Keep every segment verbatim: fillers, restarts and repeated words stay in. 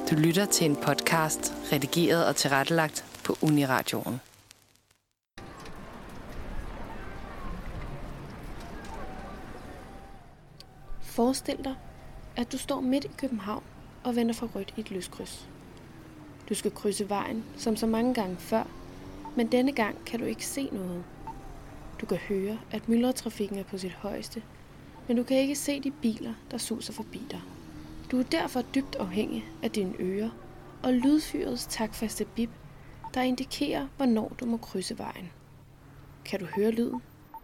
Du lytter til en podcast, redigeret og tilrettelagt på Uniradioen. Forestil dig, at du står midt i København og vender fra rødt i et lyskryds. Du skal krydse vejen, som så mange gange før, men denne gang kan du ikke se noget. Du kan høre, at myldretrafikken er på sit højeste, men du kan ikke se de biler, der suser forbi dig. Du er derfor dybt afhængig af dine ører og lydfyrets takfaste bip, der indikerer, hvornår du må krydse vejen. Kan du høre lyden?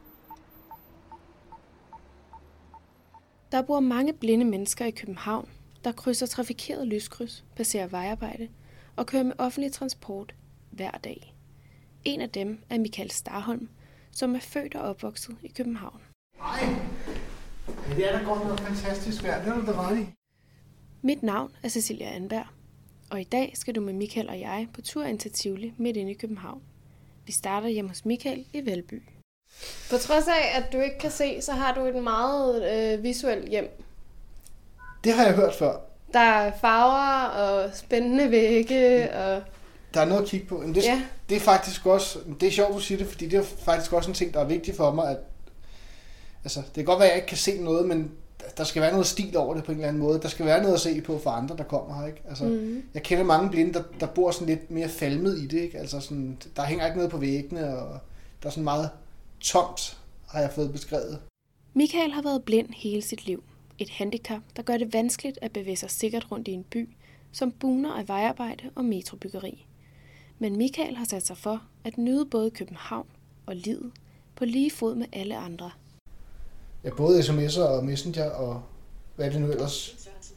Der bor mange blinde mennesker i København, der krydser trafikeret lyskryds, passerer vejarbejde og kører med offentlig transport hver dag. En af dem er Michael Starholm, som er født og opvokset i København. Nej, det er da godt noget fantastisk vejr, det er du da ret i. Mit navn er Cecilia Anberg, og i dag skal du med Michael og jeg på tur ind til Tivoli midt inde i København. Vi starter hjemme hos Michael i Valby. På trods af, at du ikke kan se, så har du et meget øh, visuelt hjem. Det har jeg hørt før. Der er farver og spændende vægge. Og... Der er noget at kigge på. Men det, ja. det er faktisk også, det er sjovt, du siger det, fordi det er faktisk også en ting, der er vigtig for mig. At, altså, det kan godt være, at jeg ikke kan se noget, men der skal være noget stil over det på en eller anden måde. Der skal være noget at se på for andre, der kommer her. Ikke? Altså, mm-hmm. Jeg kender mange blinde, der, der bor sådan lidt mere falmet i det. Ikke? Altså sådan, der hænger ikke noget på væggene, og der er sådan meget tomt, har jeg fået beskrevet. Michael har været blind hele sit liv. Et handicap, der gør det vanskeligt at bevæge sig sikkert rundt i en by, som bugner af vejarbejde og metrobyggeri. Men Michael har sat sig for at nyde både København og livet på lige fod med alle andre. Ja, både sms'er og messenger og hvad er det nu ellers?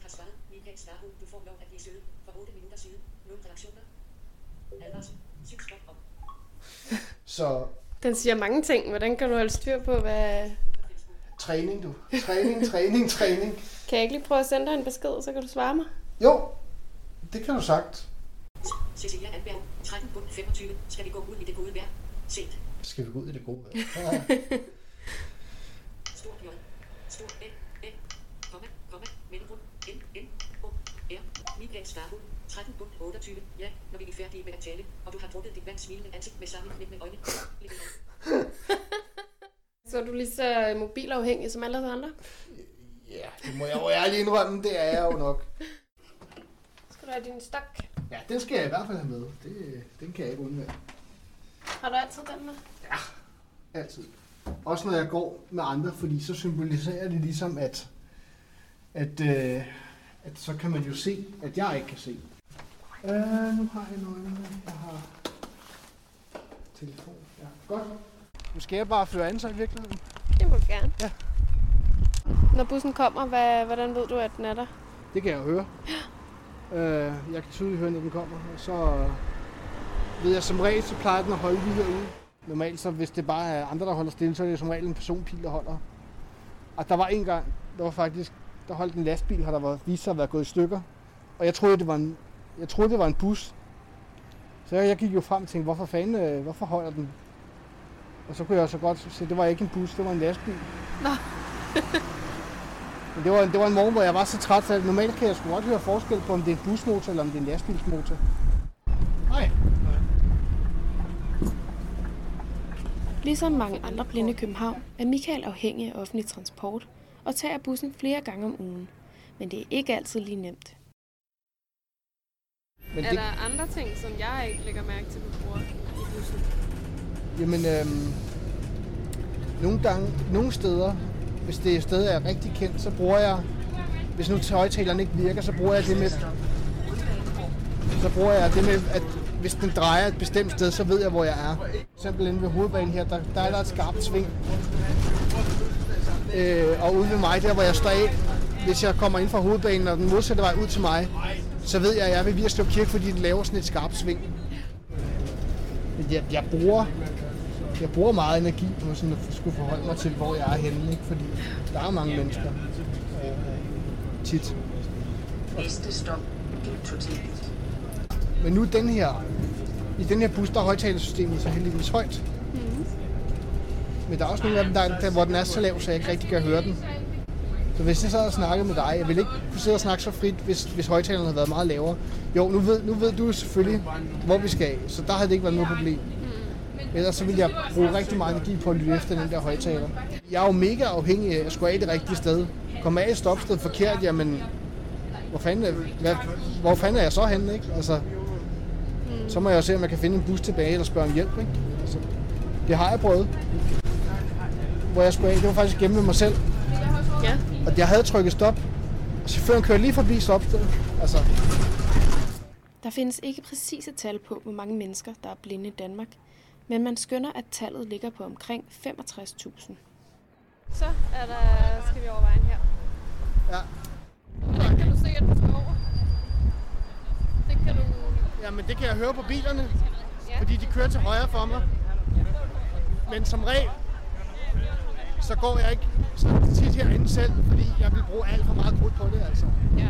Så den siger mange ting. Hvordan kan du holde styr på, hvad... Træning, du. Træning, træning, træning. Kan jeg ikke lige prøve at sende dig en besked, så kan du svare mig? Jo, det kan du sagt. Cecilia Anberg, tretten femogtyve. Skal vi gå ud i det gode vejr? Set. Skal vi gå ud i det gode vejr? Ja. Stor J. Stor A. A. Komma. Komma. Mellemrum. N. N. O. R. Michael Starholm. tretten otteogtyve. Ja, når vi er færdige med at tale, og du har drukket dit vand smilende ansigt med sammenlignende øjne. Så er du lige så mobilafhængig som alle andre? Ja, det må jeg jo ærligt indrømme, det er jeg jo nok. Skal du have din stok? Ja, den skal jeg i hvert fald have med. Det, den kan jeg ikke undvære. Har du altid den med? Ja, altid. Også når jeg går med andre, fordi så symboliserer det ligesom, at, at, øh, at så kan man jo se, at jeg ikke kan se. Øh, nu har jeg noget. Jeg har telefon. Ja, godt. Nu skal jeg bare føre an sig i virkeligheden. Det må du gerne. Ja. Når bussen kommer, hvad, hvordan ved du, at den er der? Det kan jeg jo høre. Ja. Øh, jeg kan tydeligt høre, når den kommer. Og så ved jeg som regel, så plejer den at holde videre ude. Normalt, så hvis det bare er andre, der holder stille, så er det som regel en personbil, der holder. Og der var en gang, der var faktisk, der holdt en lastbil, har der var, vist sig at være gået i stykker. Og jeg troede, det var en, jeg troede, det var en bus. Så jeg, jeg gik jo frem og tænkte, hvorfor fanden, hvorfor holder den? Og så kunne jeg så godt se, at det var ikke en bus, det var en lastbil. Nå. Men det var, det var en morgen, hvor jeg var så træt, så normalt kan jeg sgu godt høre forskel på, om det er en busmotor eller om det er en lastbilsmotor. Nej. Ligesom mange andre blinde i København er Michael afhængig af offentlig transport og tager bussen flere gange om ugen. Men det er ikke altid lige nemt. Men er det... der andre ting, som jeg ikke lægger mærke til, du bruger i bussen? Jamen, øhm, nogle gange, nogle steder, hvis det er et sted, jeg er rigtig kendt, så bruger jeg, hvis nu højtaleren ikke virker, så bruger jeg det med, så bruger jeg det med, at hvis den drejer et bestemt sted, så ved jeg, hvor jeg er. For eksempel inde ved hovedbanen her, der, der er der et skarpt sving. Øh, og ude ved mig, der hvor jeg står af, hvis jeg kommer ind fra hovedbanen, og den modsatte vej ud til mig, så ved jeg, at jeg er ved Virslev Kirke, fordi den laver sådan et skarpt sving. Jeg, jeg, bruger, jeg bruger meget energi på sådan at skulle forholde mig til, hvor jeg er henne, ikke? Fordi der er mange mennesker. Øh, tit. Næste stop, Glyptoteket. Men nu den her, i den her bus, der er højtalersystemet så heldigvis højt. Mm. Men der er også nogle af dem, der, der, hvor den er så lav, så jeg ikke rigtig kan høre den. Så hvis jeg sad og snakkede med dig, jeg ville ikke kunne sidde og snakke så frit, hvis, hvis højtalerne havde været meget lavere. Jo, nu ved, nu ved du selvfølgelig, hvor vi skal af, så der havde det ikke været noget problem. Ellers så ville jeg bruge rigtig meget energi på at lytte efter den der højtaler. Jeg er jo mega afhængig af at skulle af det rigtige sted. Komme af et stopsted forkert, jamen, hvor fanden er, hvad, hvor fanden er jeg så henne, ikke? Altså, så må jeg jo se, om jeg kan finde en bus tilbage eller spørge om hjælp, ikke? Altså, det har jeg prøvet. Hvor jeg skulle af, det var faktisk gennem med mig selv. Ja. Og jeg havde trykket stop, og chaufføren kørte lige forbi stopstedet. Altså. Der findes ikke præcise tal på, hvor mange mennesker, der er blinde i Danmark, men man skønner, at tallet ligger på omkring femogtres tusind. Så er der, skal vi over vejen her. Ja. Hvordan kan du se, at du skal over? Det kan du... Jamen, det kan jeg høre på bilerne, Ja. fordi de kører til højre for mig. Men som regel, så går jeg ikke så tit herinde selv, fordi jeg vil bruge alt for meget krudt på det, altså. Ja.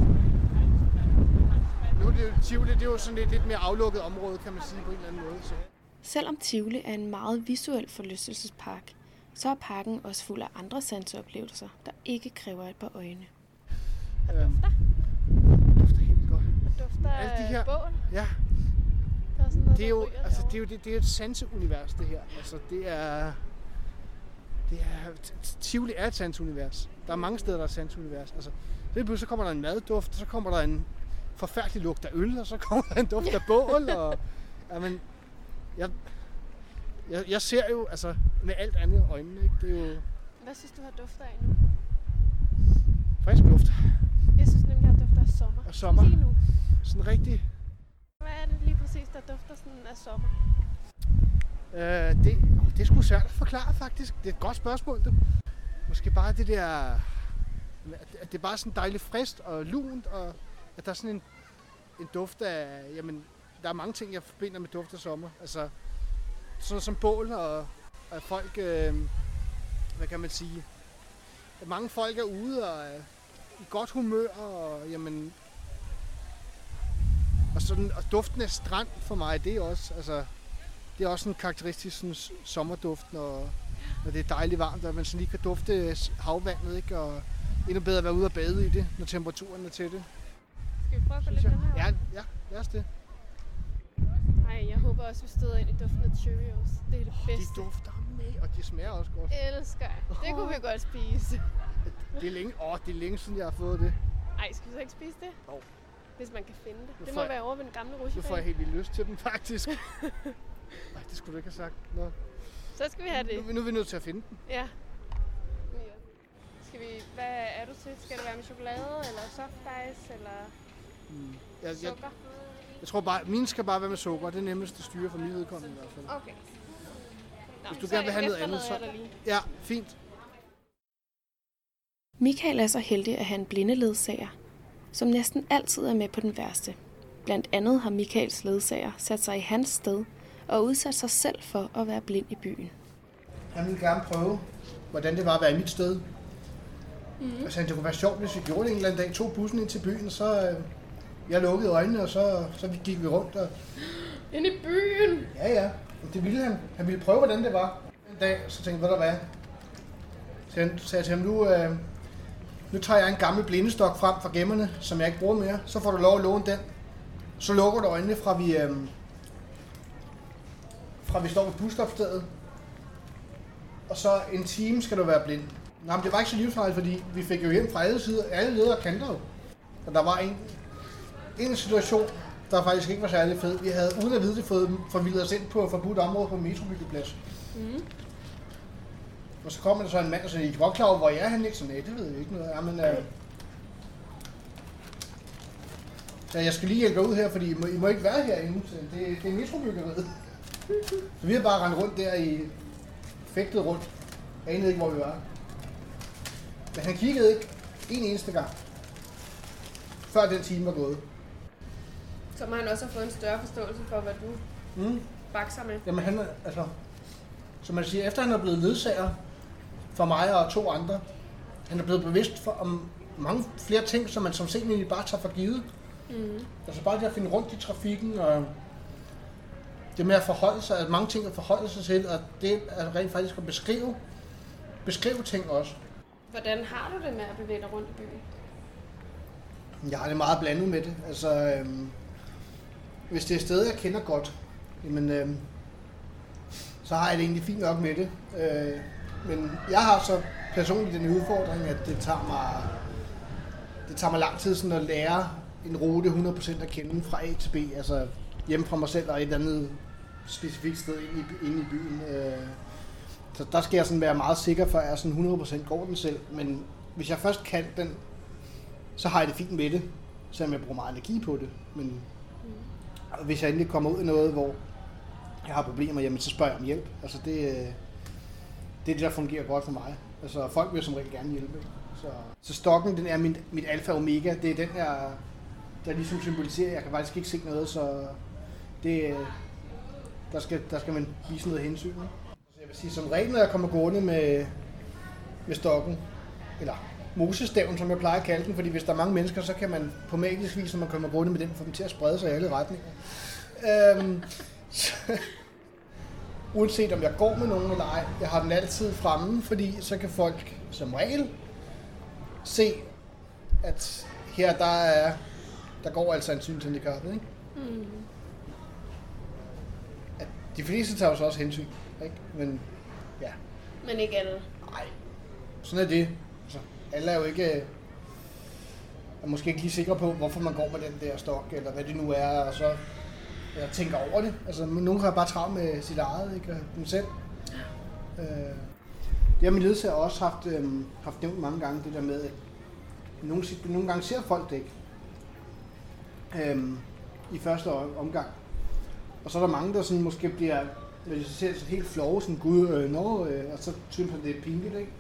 Nu er det jo Tivoli, det er jo sådan lidt, lidt mere aflukket område, kan man sige på en eller anden måde. Så. Selvom Tivoli er en meget visuel forlystelsespark, så er parken også fuld af andre sanseoplevelser, der ikke kræver et par øjne. Øhm, dufter helt godt. Og dufter Alle de her- af bål. Ja, Der er sådan noget, det er der jo, ryger altså, det er derovre. jo det, det er et sanseunivers, det her. Altså, det er... Det er... Tivoli er et sanseunivers. Der er mange steder, der er et sanseunivers. Altså, så kommer der en madduft, så kommer der en forfærdelig lugt af øl, og så kommer der en duft af bål, og... Jamen, jeg, jeg, jeg ser jo, altså, med alt andet øjnene, ikke? Det er jo Hvad synes du har dufter af nu? frisk luft Jeg synes nemlig, at dufter af sommer. og sommer. Lige nu. Sådan rigtig... Hvad er det lige præcis, der dufter sådan af sommer? Øh, det, åh, det er sgu svært at forklare, faktisk. Det er et godt spørgsmål, du. Måske bare det der... At det er bare sådan dejligt frisk og lunt, og at der er sådan en, en duft af... Jamen, der er mange ting, jeg forbinder med duft af sommer. Altså, sådan noget som bål, og, og at folk... Øh, hvad kan man sige? At mange folk er ude og er i godt humør, og jamen... Og, sådan, og duften af strand for mig, det er også... Altså, det er også en karakteristisk sådan, sommerduft, når, når det er dejligt varmt, og man sådan lige kan dufte havvandet, ikke? Og endnu bedre at være ude og bade i det, når temperaturen er til det. Skal vi prøve at gå lidt Synes den jeg. her? Ja, ja, lad os det. Ej, jeg håber også, vi støder ind i duften af Cheerios. Det er det Oh, bedste. de dufter med, og de smager også godt. Elsker jeg. Det kunne vi godt spise. Det er længe, åh, det er længe siden, jeg har fået det. Ej, skal vi så ikke spise det? Jo. Hvis man kan finde det. Nu Det får må jeg- være over ved den gamle Nu får rutsjebane. jeg helt vildt lyst til dem, faktisk. Nej, det skulle du ikke have sagt. Nå. Så skal vi have det. Nu, nu er vi nødt til at finde den. Ja. Ja. Skal vi, hvad er du til? Skal det være med chokolade, eller soft ice, eller Mm. Jeg, jeg, sukker? jeg tror bare, mine skal bare være med sukker. Det er nemmest at styre for mit vedkommende i hvert fald. Okay. Nå, Hvis du så gerne vil have noget andet, efterlader så- jeg dig lige. Ja, fint. Michael er så heldig at have en blindeledsager, som næsten altid er med på den værste. Blandt andet har Michaels ledsager sat sig i hans sted og udsat sig selv for at være blind i byen. Jeg ville gerne prøve, hvordan det var at være i mit sted. Mm. Altså, det kunne være sjovt, hvis vi gjorde det en eller anden dag. Tog bussen ind til byen, og så... Øh, jeg lukkede øjnene, og så, så gik vi rundt. Og, Inde i byen! ja, ja. Og det ville han. Han ville prøve, hvordan det var. En dag, så tænkte jeg, hvad der var. Så jeg sagde jeg til ham, nu, øh, nu tager jeg en gammel blindestok frem fra gemmerne, som jeg ikke bruger mere. Så får du lov at låne den. Så lukker du øjnene, fra vi, øh, fra vi står ved busstopstedet. Og så en time skal du være blind. Nå, men det var ikke så livsfarligt, fordi vi fik jo hjem fra alle sider, alle ledere og kanter jo. Og der var en, en situation, der faktisk ikke var særlig fed. Vi havde uden at vide det fået forvildet os ind på et forbudt område på en metrobyggeplads. Mm. Og så kom der så en mand og sagde, I er godt klar over, hvor jeg er henne? Så nej, det ved jeg ikke noget. Jamen, øh, så jeg skal lige hjælpe jer ud her, fordi I må, I må ikke være herinde. Så det, det er metrobyggeriet. Så vi har bare rendt rundt der i fægtet rundt. Jeg anede ikke, hvor vi var. Men han kiggede ikke en eneste gang, før den time var gået. Så må han også have fået en større forståelse for, hvad du Mm. bakser med. Jamen han er, altså, som man siger, efter han er blevet ledsager for mig og to andre, han er blevet bevidst for, om mange flere ting, som man som sen egentlig bare tager for givet. Mm. Altså bare det at finde rundt i trafikken, og det med at forholde sig, at mange ting at forholde sig til, og det er rent faktisk at beskrive, beskrive ting også. Hvordan har du det med at bevæge dig rundt i byen? Jeg har det meget blandet med det. Altså, øhm, hvis det er et sted, jeg kender godt, jamen, øhm, så har jeg det egentlig fint nok med det. Øh, men jeg har så personligt den udfordring, at det tager mig, det tager mig lang tid sådan at lære en rute hundrede procent at kende fra A til B, altså hjemme fra mig selv og et eller andet specifikt sted inde i, inde i byen. Øh, så der skal jeg sådan være meget sikker, før jeg sådan hundrede procent går den selv. Men hvis jeg først kan den, så har jeg det fint med det, selvom jeg bruger meget energi på det. Men mm. hvis jeg endelig kommer ud i noget, hvor jeg har problemer, jamen, så spørger jeg om hjælp. Altså det, det er det, der fungerer godt for mig. Altså folk vil som regel gerne hjælpe. Så, så stokken, den er mit, mit alfa og omega. Det er den her, der ligesom symboliserer, jeg kan faktisk ikke se noget, så det, der, skal, der skal man vise noget hensyn. Ikke? Så jeg vil sige, som regel, når jeg kommer gående med, med stokken, eller mosestaven, som jeg plejer at kalde den, fordi hvis der er mange mennesker, så kan man på magisk vis, når man kommer gående med den, få dem til at sprede sig i alle retninger. Øhm, så, uanset om jeg går med nogen eller ej, jeg har den altid fremme, fordi så kan folk som regel se, at her der er, der går altså en synshandicap, ikke? Mm. At de fleste tager jo også hensyn, ikke? Men ja. Men ikke alle. Nej. Sådan er det. Altså, alle er jo ikke, er måske ikke lige sikre på, hvorfor man går med den der stok, eller hvad det nu er, og så jeg tænker over det. Altså, nogen har bare travlt med sit eget, ikke? Dem selv. Øh, det har min ledsager også haft, øh, haft nævnt mange gange, det der med, at nogle, nogle gange ser folk det ikke. Øh, I første omgang. Og så er der mange, der sådan måske bliver, når de ser sig helt flove, sådan, gud, øh, nå, øh, og så synes man, det er pinligt, ikke?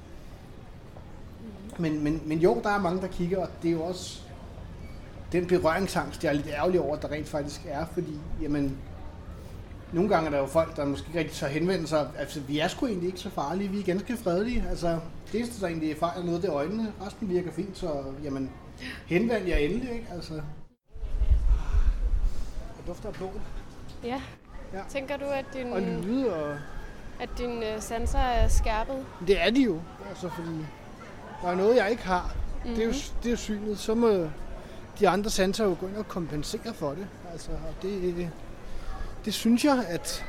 Men, men, men jo, der er mange, der kigger, og det er jo også den berøringsangst, jeg er lidt ærgerlig over, at der rent faktisk er, fordi, jamen, nogle gange er der jo folk, der måske ikke rigtig tør henvende sig, altså, vi er sgu egentlig ikke så farlige, vi er ganske fredelige, altså, det eneste, der egentlig er fejl, er noget, det er øjnene, resten virker fint, så, jamen, henvend jer endelig, ikke, altså. Jeg dufter af blod. Ja. ja. Tænker du, at din, og lyde, og at dine uh, sanser er skærpet? Det er de jo, altså, fordi der er noget, jeg ikke har. Mm-hmm. Det er jo, det er jo synet, så må de andre sanser jo gå ind og kompensere for det. Altså, og det, det, det synes jeg, at,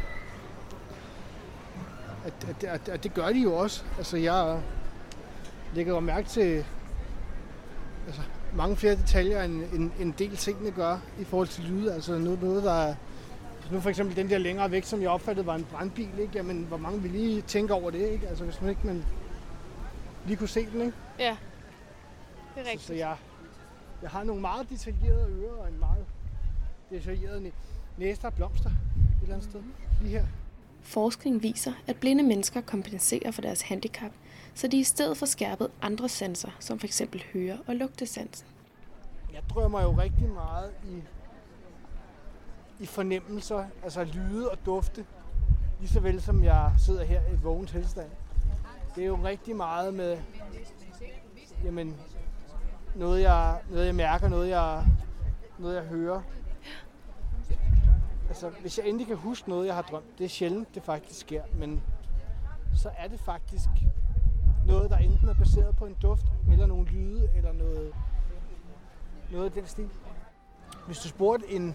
at, at, at, at det gør de jo også. Altså, jeg lægger jo mærke til altså, mange flere detaljer, end en, en del tingene gør i forhold til lyde. Altså noget, noget der er, nu for eksempel den der længere væk, som jeg opfattede var en brandbil, ikke? Jamen, hvor mange vil lige tænke over det, ikke? Altså, hvis man ikke man lige kunne se den, ikke? Ja, det er rigtigt. Så, så jeg, jeg har nogle meget detaljerede ører og en meget detaljeret næse og blomster et eller andet sted. Lige her. Forskning viser, at blinde mennesker kompenserer for deres handicap, så de i stedet får skærpet andre sanser, som f.eks. høre- og lugtesansen. Jeg drømmer jo rigtig meget i, i fornemmelser, altså lyde og dufte, lige så vel som jeg sidder her i et vågen tilstand. Det er jo rigtig meget med jamen, noget, jeg, noget jeg mærker, noget jeg, noget jeg hører. Altså, hvis jeg endelig kan huske noget, jeg har drømt, det er sjældent, det faktisk sker, men så er det faktisk noget, der enten er baseret på en duft, eller nogle lyde, eller noget, noget af den stil. Hvis du spurgte en,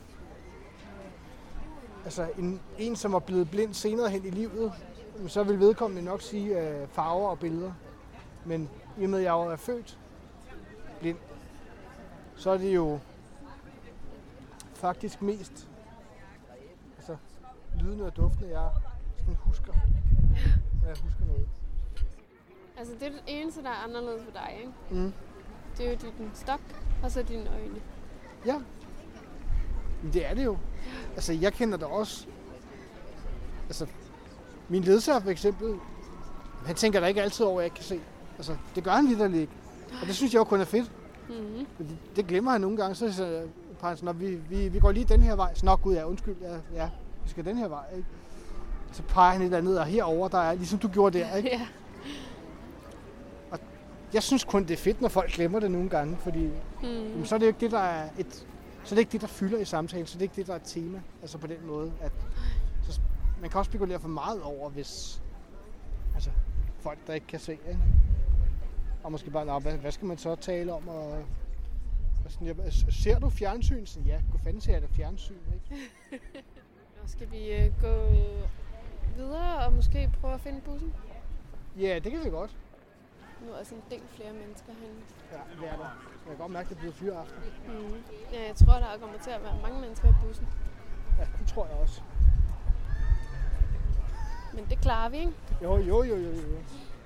altså en, en, som er blevet blind senere hen i livet, så vil vedkommende nok sige uh, farver og billeder. Men i og med, at jeg er født blind, så er det jo faktisk mest altså, lydene og duftene, jeg sådan husker, når jeg husker noget. Altså det er det eneste, der er anderledes ved dig, ikke? Mm. Det er jo din stok, og så dine øjne. Ja, men det er det jo. Altså jeg kender det også. Altså min ledsager for eksempel, han tænker da ikke altid over, at jeg kan se. Altså det gør han vitterligt ikke. Og det synes jeg jo kun er fedt. Mm-hmm. Det, det glemmer han nogle gange, så siger han, når vi, vi, vi går lige den her vej. Så nok gud, ja, undskyld, ja, ja, vi skal den her vej, ikke? Så peger han et eller andet, og herover der er, ligesom du gjorde der, ikke? Ja. Og jeg synes kun, det er fedt, når folk glemmer det nogle gange, fordi mm. jamen, så er det jo ikke det, der er et, så er det ikke det, der fylder i samtalen, så er det ikke det, der er et tema, altså på den måde, at så, man kan også spekulere for meget over, hvis altså folk, der ikke kan se, ikke? Og måske bare, nå, hvad, hvad skal man så tale om? Og, og sådan, jeg, ser du fjernsyn? Sådan, ja, hvor fanden ser jeg da fjernsyn, ikke? Og skal vi øh, gå øh, videre og måske prøve at finde bussen? Ja, det kan vi godt. Nu er altså en del flere mennesker herinde. Ja, det er der. Jeg kan godt mærke, at det bliver fyraften. Mm. Ja, jeg tror, der kommer til at være mange mennesker i bussen. Ja, det tror jeg også. Men det klarer vi, ikke? Jo, jo, jo, jo, jo.